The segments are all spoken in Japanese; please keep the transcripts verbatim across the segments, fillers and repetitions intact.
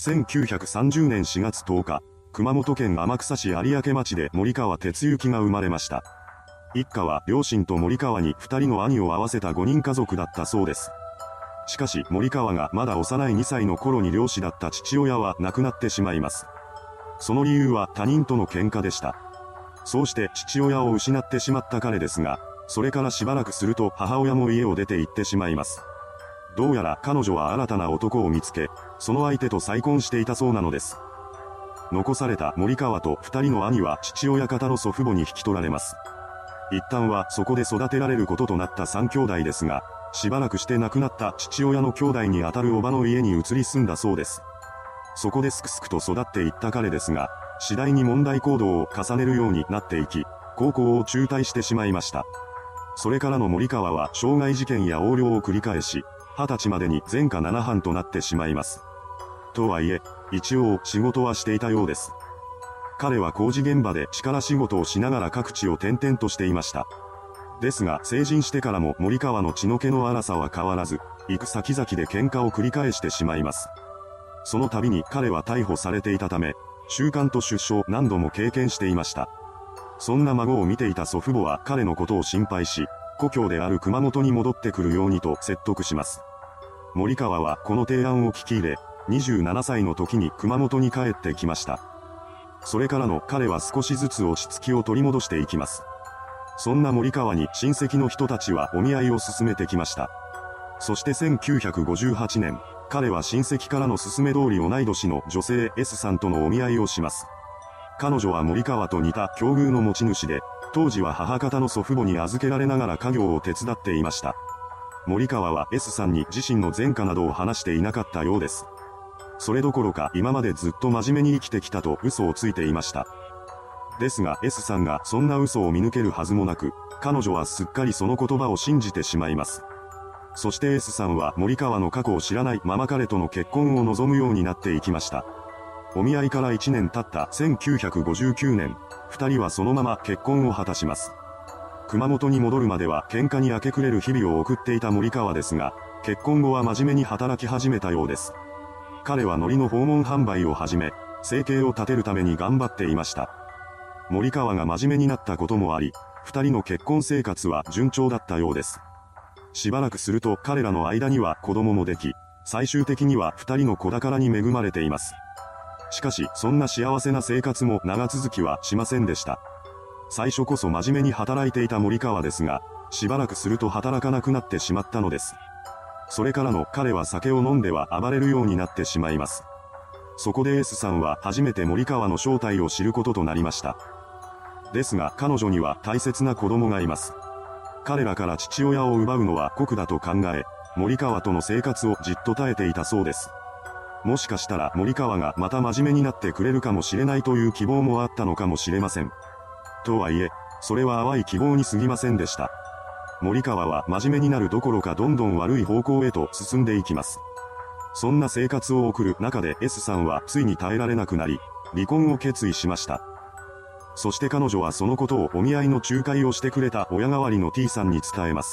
せんきゅうひゃくさんじゅうねんしがつとおか、熊本県天草市有明町で森川哲之が生まれました。一家は両親と森川にふたりの兄を合わせたごにん家族だったそうです。しかし森川がまだ幼いにさいの頃に漁師だった父親は亡くなってしまいます。その理由は他人との喧嘩でした。そうして父親を失ってしまった彼ですが、それからしばらくすると母親も家を出て行ってしまいます。どうやら彼女は新たな男を見つけ、その相手と再婚していたそうなのです。残された森川と二人の兄は父親方の祖父母に引き取られます。一旦はそこで育てられることとなった三兄弟ですが、しばらくして亡くなった父親の兄弟にあたる叔母の家に移り住んだそうです。そこですくすくと育っていった彼ですが、次第に問題行動を重ねるようになっていき、高校を中退してしまいました。それからの森川は傷害事件や横領を繰り返し、二十歳までに前科七犯となってしまいます。とはいえ、一応仕事はしていたようです。彼は工事現場で力仕事をしながら各地を転々としていました。ですが成人してからも森川の血の気の荒さは変わらず、行く先々で喧嘩を繰り返してしまいます。その度に彼は逮捕されていたため、収監と出所を何度も経験していました。そんな孫を見ていた祖父母は彼のことを心配し、故郷である熊本に戻ってくるようにと説得します。森川はこの提案を聞き入れ、にじゅうななさいの時に熊本に帰ってきました。それからの彼は少しずつ落ち着きを取り戻していきます。そんな森川に親戚の人たちはお見合いを進めてきました。そしてせんきゅうひゃくごじゅうはちねん、彼は親戚からの勧め通り同い年の女性 S さんとのお見合いをします。彼女は森川と似た境遇の持ち主で、当時は母方の祖父母に預けられながら家業を手伝っていました。森川は S さんに自身の前科などを話していなかったようです。それどころか今までずっと真面目に生きてきたと嘘をついていました。ですが S さんがそんな嘘を見抜けるはずもなく、彼女はすっかりその言葉を信じてしまいます。そして S さんは森川の過去を知らないまま彼との結婚を望むようになっていきました。お見合いからいちねん経ったせんきゅうひゃくごじゅうきゅうねん、二人はそのまま結婚を果たします。熊本に戻るまでは喧嘩に明け暮れる日々を送っていた森川ですが、結婚後は真面目に働き始めたようです。彼は海苔の訪問販売を始め、生計を立てるために頑張っていました。森川が真面目になったこともあり、二人の結婚生活は順調だったようです。しばらくすると彼らの間には子供もでき、最終的には二人の子宝に恵まれています。しかし、そんな幸せな生活も長続きはしませんでした。最初こそ真面目に働いていた森川ですが、しばらくすると働かなくなってしまったのです。それからの彼は酒を飲んでは暴れるようになってしまいます。そこで S さんは初めて森川の正体を知ることとなりました。ですが彼女には大切な子供がいます。彼らから父親を奪うのは酷だと考え、森川との生活をじっと耐えていたそうです。もしかしたら森川がまた真面目になってくれるかもしれないという希望もあったのかもしれません。とはいえ、それは淡い希望に過ぎませんでした。森川は真面目になるどころかどんどん悪い方向へと進んでいきます。そんな生活を送る中で S さんはついに耐えられなくなり、離婚を決意しました。そして彼女はそのことをお見合いの仲介をしてくれた親代わりの T さんに伝えます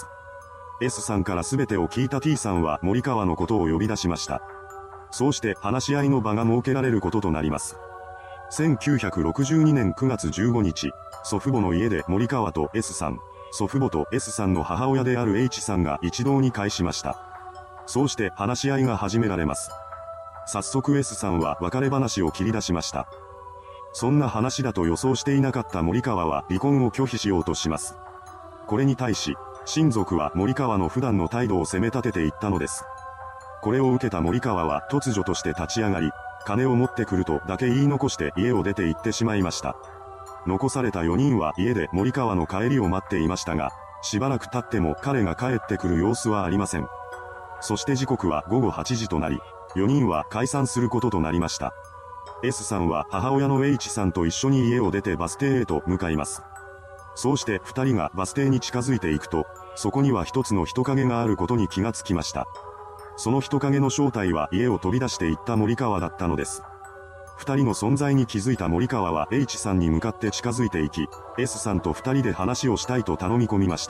。S さんから全てを聞いた T さんは森川のことを呼び出しました。そうして話し合いの場が設けられることとなります。せんきゅうひゃくろくじゅうにねんくがつじゅうごにち、祖父母の家で森川と S さん、祖父母と S さんの母親である H さんが一堂に会しました。そうして話し合いが始められます。早速 S さんは別れ話を切り出しました。そんな話だと予想していなかった森川は離婚を拒否しようとします。これに対し、親族は森川の普段の態度を責め立てていったのです。これを受けた森川は突如として立ち上がり、金を持ってくるとだけ言い残して家を出て行ってしまいました。残されたよにんは家で森川の帰りを待っていましたが、しばらく経っても彼が帰ってくる様子はありません。そして時刻はごごはちじとなり、よにんは解散することとなりました。S さんは母親の H さんと一緒に家を出てバス停へと向かいます。そうして二人がバス停に近づいていくと、そこには一つの人影があることに気がつきました。その人影の正体は家を飛び出していった森川だったのです。二人の存在に気づいた森川は H さんに向かって近づいていき、S さんと二人で話をしたいと頼み込みました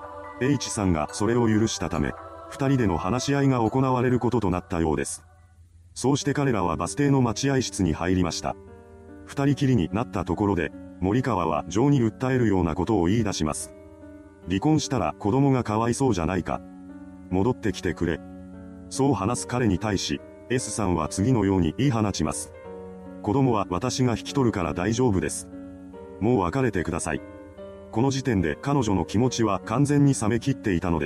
。H さんがそれを許したため、二人での話し合いが行われることとなったようです。 そうして彼らはバス停の待合室に入りました。二人きりになったところで、森川は情に訴えるようなことを言い出します。離婚したら子供がかわいそうじゃないか。戻ってきてくれ。そう話す彼に対し、S さんは次のように言い放ちます。子供は私が引き取るから大丈夫です。もう別れてください。この時点で彼女の気持ちは完全に冷め切っていたのです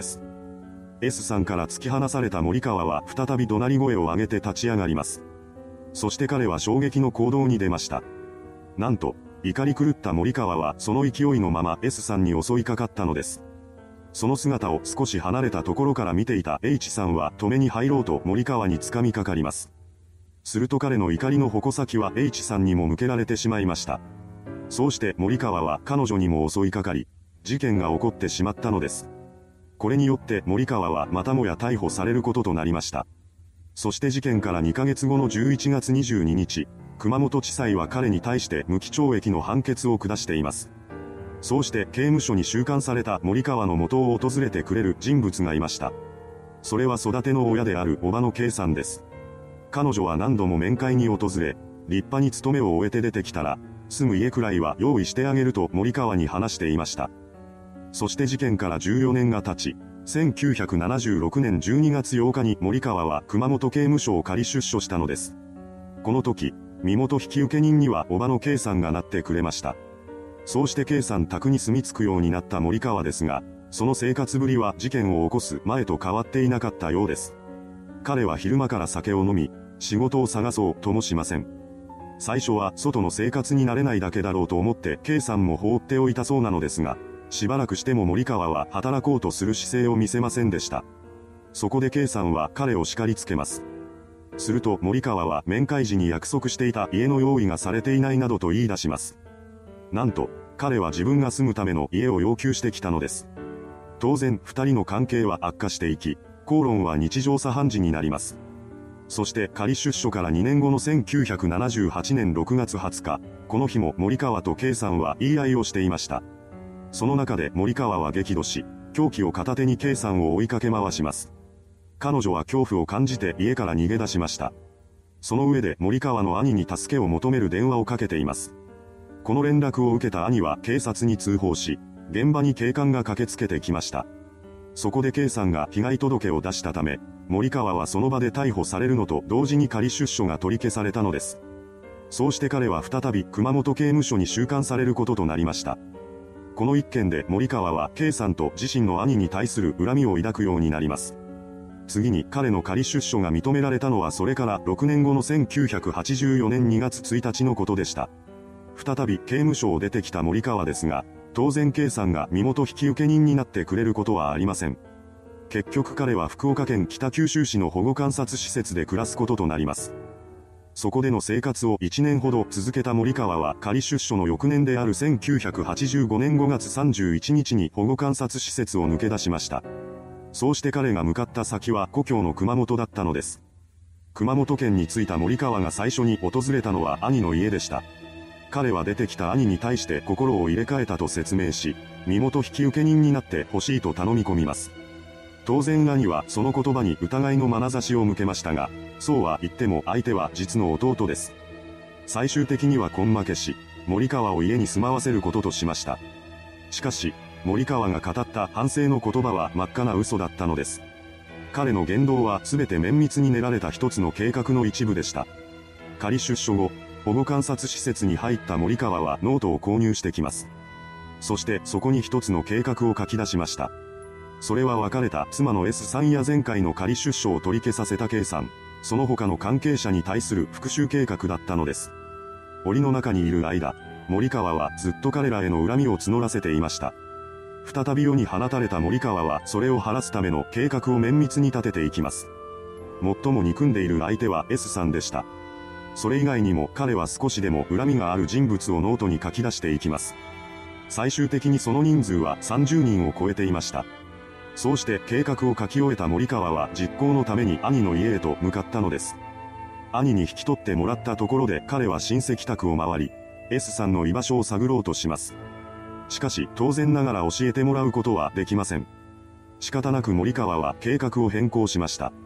。S さんから突き放された森川は再び怒鳴り声を上げて立ち上がります。そして彼は衝撃の行動に出ました。なんと、怒り狂った森川はその勢いのまま S さんに襲いかかったのです。その姿を少し離れたところから見ていた H さんは止めに入ろうと森川に掴みかかります。すると彼の怒りの矛先は H さんにも向けられてしまいました。そうして森川は彼女にも襲いかかり、事件が起こってしまったのです。これによって森川はまたもや逮捕されることとなりました。そして事件からにかげつごのじゅういちがつにじゅうににち、熊本地裁は彼に対して無期懲役の判決を下しています。そうして刑務所に収監された森川の元を訪れてくれる人物がいました。それは育ての親である叔母の K さんです。彼女は何度も面会に訪れ、立派に勤めを終えて出てきたら、住む家くらいは用意してあげると森川に話していました。そして事件からじゅうよねんが経ち、せんきゅうひゃくななじゅうろくねんじゅうにがつようかに森川は熊本刑務所を仮出所したのです。この時、身元引受人には叔母の K さんがなってくれました。そうして K さん宅に住み着くようになった森川ですが、その生活ぶりは事件を起こす前と変わっていなかったようです。彼は昼間から酒を飲み、仕事を探そうともしません。最初は外の生活に慣れないだけだろうと思って K さんも放っておいたそうなのですが、しばらくしても森川は働こうとする姿勢を見せませんでした。そこで K さんは彼を叱りつけます。すると森川は面会時に約束していた家の用意がされていないなどと言い出します。なんと、彼は自分が住むための家を要求してきたのです。当然、二人の関係は悪化していき、口論は日常茶飯事になります。そして仮出所からにねんごのせんきゅうひゃくななじゅうはちねんろくがつはつか、この日も森川と K さんは言い合いをしていました。その中で森川は激怒し、凶器を片手に K さんを追いかけ回します。彼女は恐怖を感じて家から逃げ出しました。その上で森川の兄に助けを求める電話をかけています。この連絡を受けた兄は警察に通報し、現場に警官が駆けつけてきました。そこで K さんが被害届を出したため、森川はその場で逮捕されるのと同時に仮出所が取り消されたのです。そうして彼は再び熊本刑務所に収監されることとなりました。この一件で森川は K さんと自身の兄に対する恨みを抱くようになります。次に彼の仮出所が認められたのはそれからろくねんごのせんきゅうひゃくはちじゅうよねんにがつついたちのことでした。再び刑務所を出てきた森川ですが、当然 K さんが身元引受人になってくれることはありません。結局彼は福岡県北九州市の保護観察施設で暮らすこととなります。そこでの生活をいちねんほど続けた森川は仮出所の翌年であるせんきゅうひゃくはちじゅうごねんごがつさんじゅういちにちに保護観察施設を抜け出しました。そうして彼が向かった先は故郷の熊本だったのです。熊本県に着いた森川が最初に訪れたのは兄の家でした。彼は出てきた兄に対して心を入れ替えたと説明し、身元引受人になってほしいと頼み込みます。当然兄はその言葉に疑いの眼差しを向けましたが、そうは言っても相手は実の弟です。最終的には根負けし、森川を家に住まわせることとしました。しかし、森川が語った反省の言葉は真っ赤な嘘だったのです。彼の言動は全て綿密に練られた一つの計画の一部でした。仮出所後、保護観察施設に入った森川はノートを購入してきます。そしてそこに一つの計画を書き出しました。それは別れた妻の S さんや前回の仮出所を取り消させた K さん、その他の関係者に対する復讐計画だったのです。檻の中にいる間、森川はずっと彼らへの恨みを募らせていました。再び世に放たれた森川はそれを晴らすための計画を綿密に立てていきます。最も憎んでいる相手は S さんでした。それ以外にも彼は少しでも恨みがある人物をノートに書き出していきます。最終的にその人数はさんじゅうにんを超えていました。そうして計画を書き終えた森川は実行のために兄の家へと向かったのです。兄に引き取ってもらったところで彼は親戚宅を回り、S さんの居場所を探ろうとします。しかし当然ながら教えてもらうことはできません。仕方なく森川は計画を変更しました。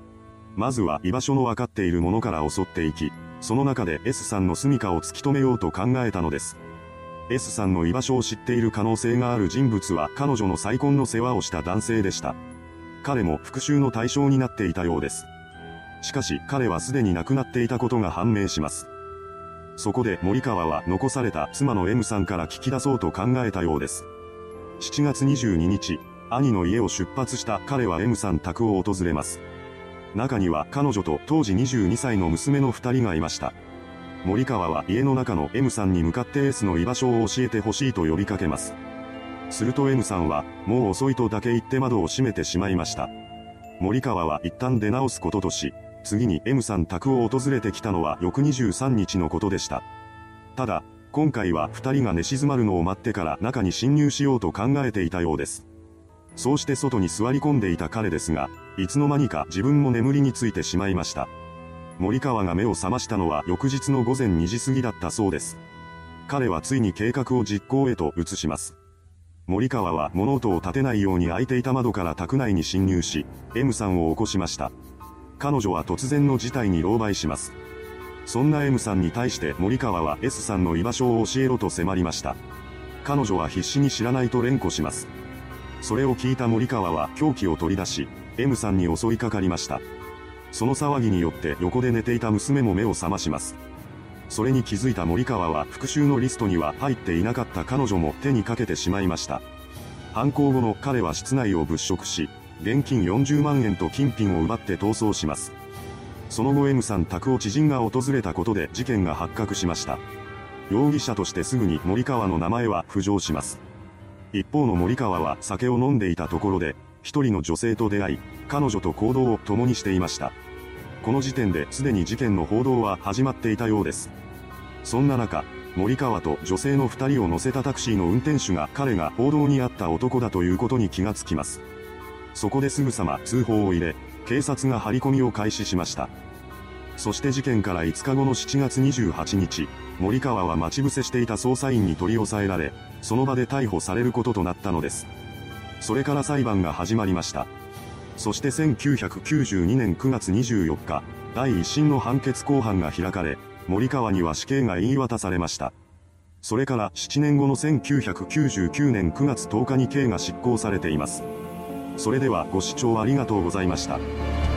まずは居場所の分かっているものから襲っていき、その中で S さんの住処を突き止めようと考えたのです。S さんの居場所を知っている可能性がある人物は彼女の再婚の世話をした男性でした。彼も復讐の対象になっていたようです。しかし彼はすでに亡くなっていたことが判明します。そこで森川は残された妻の M さんから聞き出そうと考えたようです。しちがつにじゅうににち、兄の家を出発した彼は M さん宅を訪れます。中には彼女と当時にじゅうにさいの娘のふたりがいました。森川は家の中の M さんに向かって S の居場所を教えてほしいと呼びかけます。すると M さんは、もう遅いとだけ言って窓を閉めてしまいました。森川は一旦出直すこととし、次に M さん宅を訪れてきたのは翌にじゅうさんにちのことでした。ただ、今回はふたりが寝静まるのを待ってから中に侵入しようと考えていたようです。そうして外に座り込んでいた彼ですが、いつの間にか自分も眠りについてしまいました。森川が目を覚ましたのは翌日のごぜんにじ過ぎだったそうです。彼はついに計画を実行へと移します。森川は物音を立てないように開いていた窓から宅内に侵入し、M さんを起こしました。彼女は突然の事態に狼狽します。そんな M さんに対して森川は S さんの居場所を教えろと迫りました。彼女は必死に知らないと連呼します。それを聞いた森川は凶器を取り出し、M さんに襲いかかりました。その騒ぎによって横で寝ていた娘も目を覚まします。それに気づいた森川は復讐のリストには入っていなかった彼女も手にかけてしまいました。犯行後の彼は室内を物色し、現金よんじゅうまんえんと金品を奪って逃走します。その後 M さん宅を知人が訪れたことで事件が発覚しました。容疑者としてすぐに森川の名前は浮上します。一方の森川は酒を飲んでいたところで、一人の女性と出会い、彼女と行動を共にしていました。この時点ですでに事件の報道は始まっていたようです。そんな中、森川と女性の二人を乗せたタクシーの運転手が彼が報道にあった男だということに気がつきます。そこですぐさま通報を入れ、警察が張り込みを開始しました。そして事件からいつかごのしちがつにじゅうはちにち、森川は待ち伏せしていた捜査員に取り押さえられ、その場で逮捕されることとなったのです。それから裁判が始まりました。そしてせんきゅうひゃくきゅうじゅうにねんくがつにじゅうよっか、第一審の判決公判が開かれ、森川には死刑が言い渡されました。それからななねんごのせんきゅうひゃくきゅうじゅうきゅうねんくがつとおかに刑が執行されています。それではご視聴ありがとうございました。